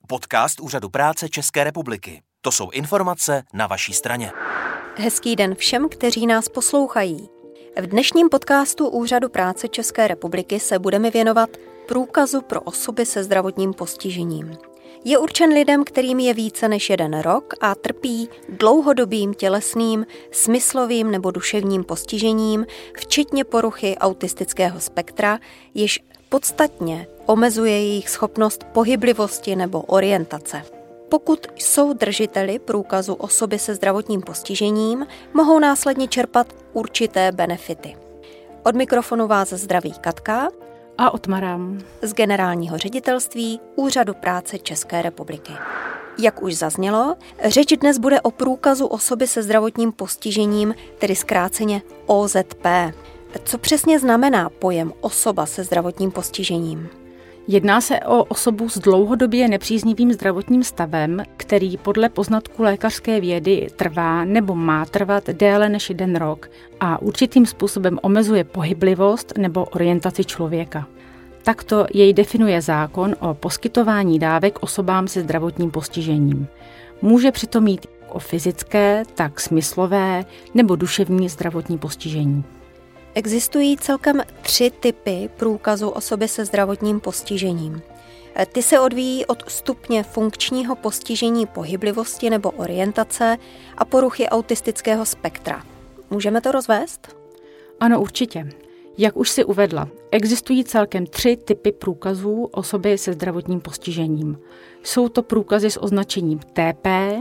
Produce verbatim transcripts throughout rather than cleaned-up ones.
Podcast Úřadu práce České republiky. To jsou informace na vaší straně. Hezký den všem, kteří nás poslouchají. V dnešním podcastu Úřadu práce České republiky se budeme věnovat průkazu pro osoby se zdravotním postižením. Je určen lidem, kterým je více než jeden rok a trpí dlouhodobým tělesným, smyslovým nebo duševním postižením, včetně poruchy autistického spektra, jež podstatně omezuje jejich schopnost pohyblivosti nebo orientace. Pokud jsou držiteli průkazu osoby se zdravotním postižením, mohou následně čerpat určité benefity. Od mikrofonu vás zdraví Katka a Otmara z Generálního ředitelství Úřadu práce České republiky. Jak už zaznělo, řeč dnes bude o průkazu osoby se zdravotním postižením, tedy zkráceně O Z P. Co přesně znamená pojem osoba se zdravotním postižením? Jedná se o osobu s dlouhodobě nepříznivým zdravotním stavem, který podle poznatků lékařské vědy trvá nebo má trvat déle než jeden rok a určitým způsobem omezuje pohyblivost nebo orientaci člověka. Takto jej definuje zákon o poskytování dávek osobám se zdravotním postižením. Může přitom jít o fyzické, tak smyslové nebo duševní zdravotní postižení. Existují celkem tři typy průkazu osoby se zdravotním postižením. Ty se odvíjí od stupně funkčního postižení pohyblivosti nebo orientace a poruchy autistického spektra. Můžeme to rozvést? Ano, určitě. Jak už si uvedla, existují celkem tři typy průkazů osoby se zdravotním postižením. Jsou to průkazy s označením T P,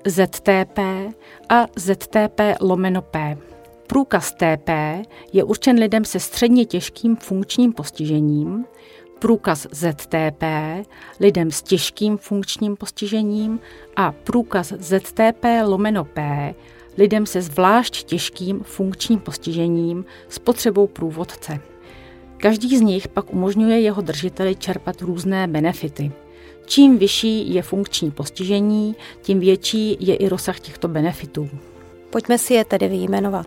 Z T P a Z T P lomeno P. Průkaz T P je určen lidem se středně těžkým funkčním postižením, průkaz Z T P lidem s těžkým funkčním postižením a průkaz Z T P lomeno P lidem se zvlášť těžkým funkčním postižením s potřebou průvodce. Každý z nich pak umožňuje jeho držiteli čerpat různé benefity. Čím vyšší je funkční postižení, tím větší je i rozsah těchto benefitů. Pojďme si je tedy vyjmenovat.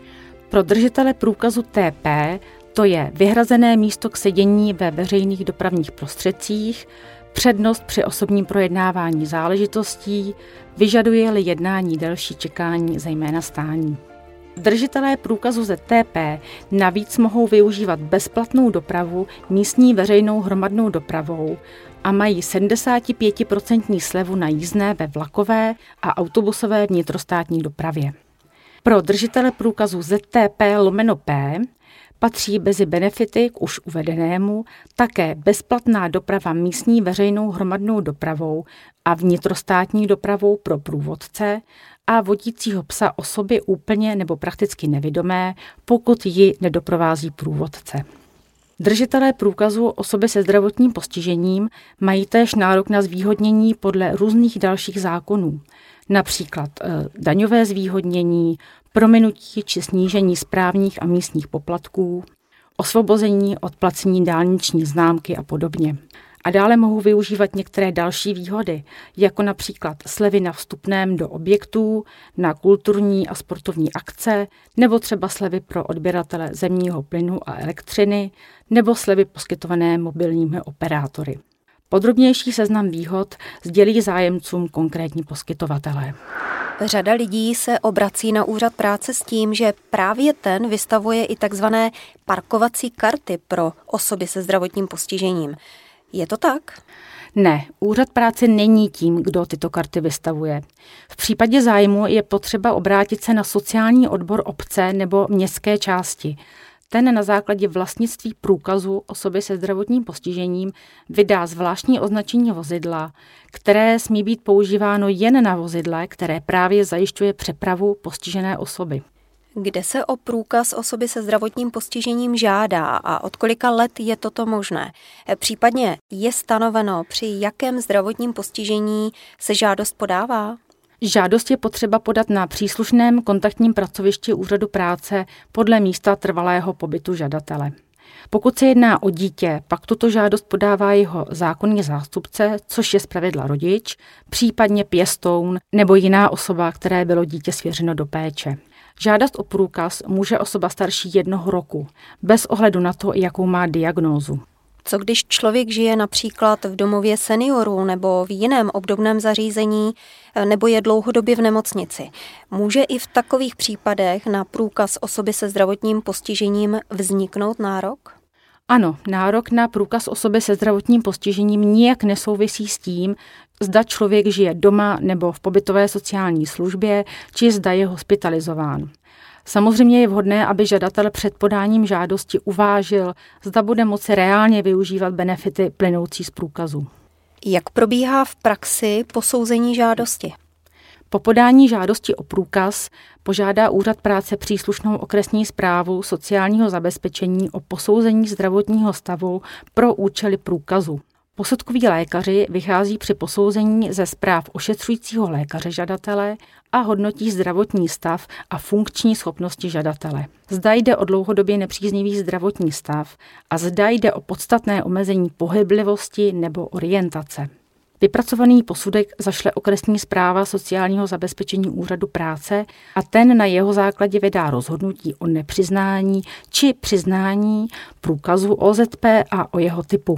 Pro držitele průkazu T P to je vyhrazené místo k sedění ve veřejných dopravních prostředcích, přednost při osobním projednávání záležitostí, vyžaduje-li jednání delší čekání, zejména stání. Držitelé průkazu Z T P navíc mohou využívat bezplatnou dopravu místní veřejnou hromadnou dopravou a mají sedmdesát pět procent slevu na jízdné ve vlakové a autobusové vnitrostátní dopravě. Pro držitele průkazu Z T P lomeno P patří mezi benefity k už uvedenému také bezplatná doprava místní veřejnou hromadnou dopravou a vnitrostátní dopravou pro průvodce a vodícího psa osoby úplně nebo prakticky nevidomé, pokud ji nedoprovází průvodce. Držitelé průkazu osoby se zdravotním postižením mají též nárok na zvýhodnění podle různých dalších zákonů, například e, daňové zvýhodnění, prominutí či snížení správních a místních poplatků, osvobození od placení dálniční známky a podobně. A dále mohou využívat některé další výhody, jako například slevy na vstupném do objektů, na kulturní a sportovní akce, nebo třeba slevy pro odběratele zemního plynu a elektřiny, nebo slevy poskytované mobilními operátory. Podrobnější seznam výhod sdělí zájemcům konkrétní poskytovatelé. Řada lidí se obrací na úřad práce s tím, že právě ten vystavuje i takzvané parkovací karty pro osoby se zdravotním postižením. Je to tak? Ne, úřad práce není tím, kdo tyto karty vystavuje. V případě zájmu je potřeba obrátit se na sociální odbor obce nebo městské části. Ten na základě vlastnictví průkazu osoby se zdravotním postižením vydá zvláštní označení vozidla, které smí být používáno jen na vozidle, které právě zajišťuje přepravu postižené osoby. Kde se o průkaz osoby se zdravotním postižením žádá a od kolika let je toto možné? Případně je stanoveno, při jakém zdravotním postižení se žádost podává? Žádost je potřeba podat na příslušném kontaktním pracovišti úřadu práce podle místa trvalého pobytu žadatele. Pokud se jedná o dítě, pak tuto žádost podává jeho zákonný zástupce, což je zpravidla rodič, případně pěstoun nebo jiná osoba, které bylo dítě svěřeno do péče. Žádost o průkaz může osoba starší jednoho roku, bez ohledu na to, jakou má diagnózu. Co když člověk žije například v domově seniorů nebo v jiném obdobném zařízení nebo je dlouhodobě v nemocnici? Může i v takových případech na průkaz osoby se zdravotním postižením vzniknout nárok? Ano, nárok na průkaz osoby se zdravotním postižením nijak nesouvisí s tím, zda člověk žije doma nebo v pobytové sociální službě, či zda je hospitalizován. Samozřejmě je vhodné, aby žadatel před podáním žádosti uvážil, zda bude moci reálně využívat benefity plynoucí z průkazu. Jak probíhá v praxi posouzení žádosti? Po podání žádosti o průkaz požádá Úřad práce příslušnou okresní správu sociálního zabezpečení o posouzení zdravotního stavu pro účely průkazu. Posudkoví lékaři vychází při posouzení ze zpráv ošetřujícího lékaře žadatele a hodnotí zdravotní stav a funkční schopnosti žadatele. Zda jde o dlouhodobě nepříznivý zdravotní stav a zda jde o podstatné omezení pohyblivosti nebo orientace. Vypracovaný posudek zašle okresní správa sociálního zabezpečení Úřadu práce a ten na jeho základě vydá rozhodnutí o nepřiznání či přiznání průkazu O Z P a o jeho typu.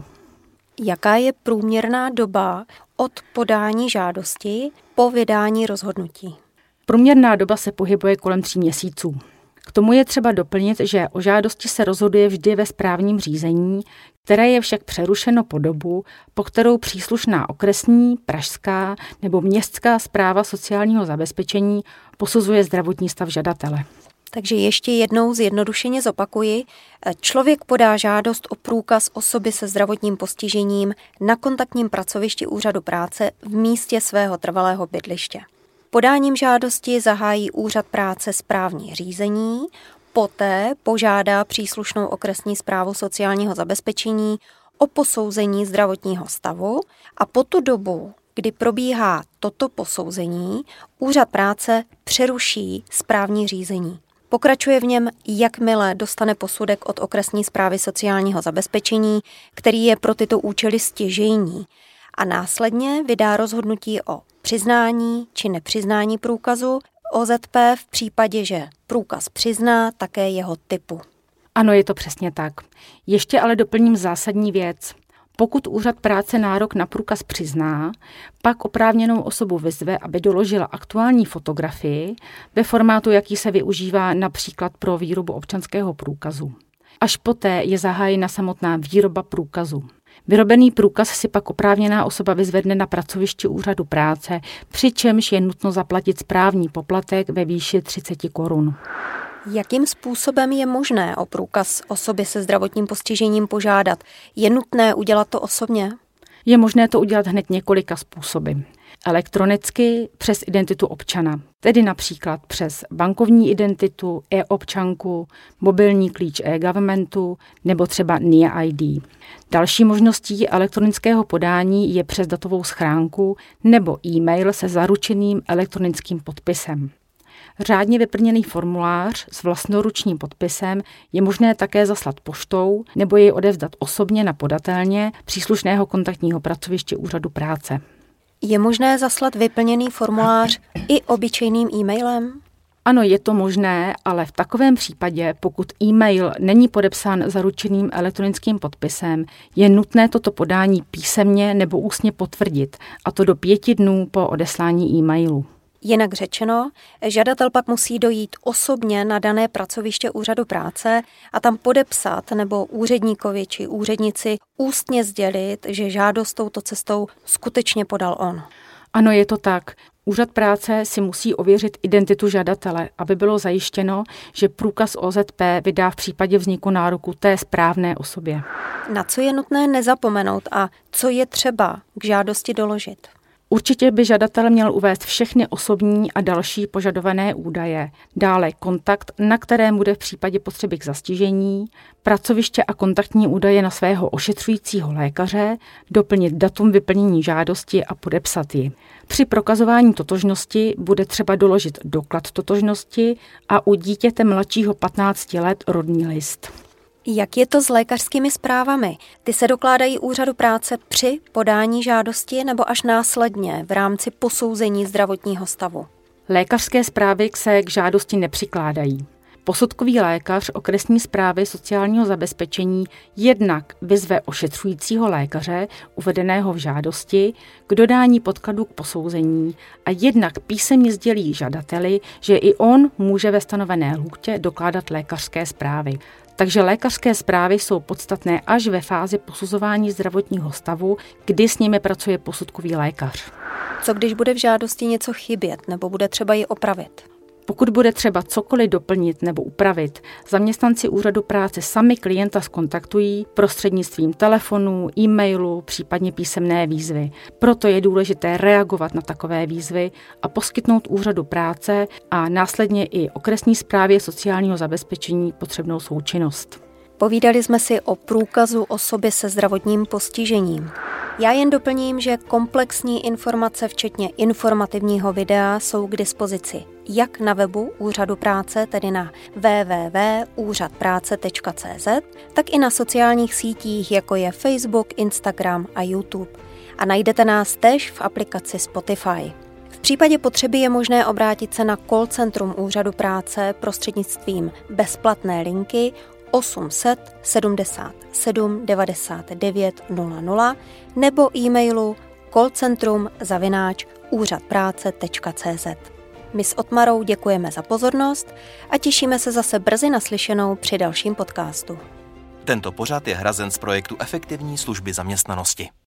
Jaká je průměrná doba od podání žádosti po vydání rozhodnutí? Průměrná doba se pohybuje kolem tří měsíců. K tomu je třeba doplnit, že o žádosti se rozhoduje vždy ve správním řízení, které je však přerušeno po dobu, po kterou příslušná okresní, pražská nebo městská správa sociálního zabezpečení posuzuje zdravotní stav žadatele. Takže ještě jednou zjednodušeně zopakuji. Člověk podá žádost o průkaz osoby se zdravotním postižením na kontaktním pracovišti Úřadu práce v místě svého trvalého bydliště. Podáním žádosti zahájí Úřad práce správní řízení, poté požádá příslušnou okresní správu sociálního zabezpečení o posouzení zdravotního stavu a po tu dobu, kdy probíhá toto posouzení, Úřad práce přeruší správní řízení. Pokračuje v něm, jakmile dostane posudek od okresní správy sociálního zabezpečení, který je pro tyto účely stěžejní, a následně vydá rozhodnutí o přiznání či nepřiznání průkazu O Z P v případě, že průkaz přizná také jeho typu. Ano, je to přesně tak. Ještě ale doplním zásadní věc. Pokud Úřad práce nárok na průkaz přizná, pak oprávněnou osobu vyzve, aby doložila aktuální fotografii ve formátu, jaký se využívá například pro výrobu občanského průkazu. Až poté je zahájena samotná výroba průkazu. Vyrobený průkaz si pak oprávněná osoba vyzvedne na pracovišti Úřadu práce, přičemž je nutno zaplatit správní poplatek ve výši třicet korun. Jakým způsobem je možné o průkaz osoby se zdravotním postižením požádat? Je nutné udělat to osobně? Je možné to udělat hned několika způsoby. Elektronicky přes identitu občana, tedy například přes bankovní identitu, e-občanku, mobilní klíč e-governmentu nebo třeba N I A I D. Další možností elektronického podání je přes datovou schránku nebo e-mail se zaručeným elektronickým podpisem. Řádně vyplněný formulář s vlastnoručním podpisem je možné také zaslat poštou nebo jej odevzdat osobně na podatelně příslušného kontaktního pracoviště Úřadu práce. Je možné zaslat vyplněný formulář i obyčejným e-mailem? Ano, je to možné, ale v takovém případě, pokud e-mail není podepsán zaručeným elektronickým podpisem, je nutné toto podání písemně nebo ústně potvrdit, a to do pěti dnů po odeslání e-mailu. Jinak řečeno, žadatel pak musí dojít osobně na dané pracoviště Úřadu práce a tam podepsat nebo úředníkovi či úřednici ústně sdělit, že žádost touto cestou skutečně podal on. Ano, je to tak. Úřad práce si musí ověřit identitu žadatele, aby bylo zajištěno, že průkaz O Z P vydá v případě vzniku nároku té správné osobě. Na co je nutné nezapomenout a co je třeba k žádosti doložit? Určitě by žadatel měl uvést všechny osobní a další požadované údaje, dále kontakt, na kterém bude v případě potřeby k zastižení, pracoviště a kontaktní údaje na svého ošetřujícího lékaře, doplnit datum vyplnění žádosti a podepsat ji. Při prokazování totožnosti bude třeba doložit doklad totožnosti a u dítěte mladšího patnácti let rodný list. Jak je to s lékařskými zprávami? Ty se dokládají Úřadu práce při podání žádosti nebo až následně v rámci posouzení zdravotního stavu? Lékařské zprávy se k žádosti nepřikládají. Posudkový lékař okresní správy sociálního zabezpečení jednak vyzve ošetřujícího lékaře uvedeného v žádosti k dodání podkladů k posouzení a jednak písemně sdělí žadateli, že i on může ve stanovené lhůtě dokládat lékařské zprávy. Takže lékařské zprávy jsou podstatné až ve fázi posuzování zdravotního stavu, kdy s nimi pracuje posudkový lékař. Co když bude v žádosti něco chybět nebo bude třeba ji opravit? Pokud bude třeba cokoliv doplnit nebo upravit, zaměstnanci úřadu práce sami klienta zkontaktují prostřednictvím telefonu, e-mailu, případně písemné výzvy. Proto je důležité reagovat na takové výzvy a poskytnout úřadu práce a následně i okresní správě sociálního zabezpečení potřebnou součinnost. Povídali jsme si o průkazu osoby se zdravotním postižením. Já jen doplním, že komplexní informace, včetně informativního videa, jsou k dispozici jak na webu Úřadu práce, tedy na w w w tečka úřad práce tečka c z, tak i na sociálních sítích, jako je Facebook, Instagram a YouTube. A najdete nás též v aplikaci Spotify. V případě potřeby je možné obrátit se na call centrum Úřadu práce prostřednictvím bezplatné linky osm set sedmdesát sedm devadesát devět nula nula nebo e-mailu callcentrum zavináč úřadpráce tečka c z. My s Otmarou děkujeme za pozornost a těšíme se zase brzy naslyšenou při dalším podcastu. Tento pořad je hrazen z projektu Efektivní služby zaměstnanosti.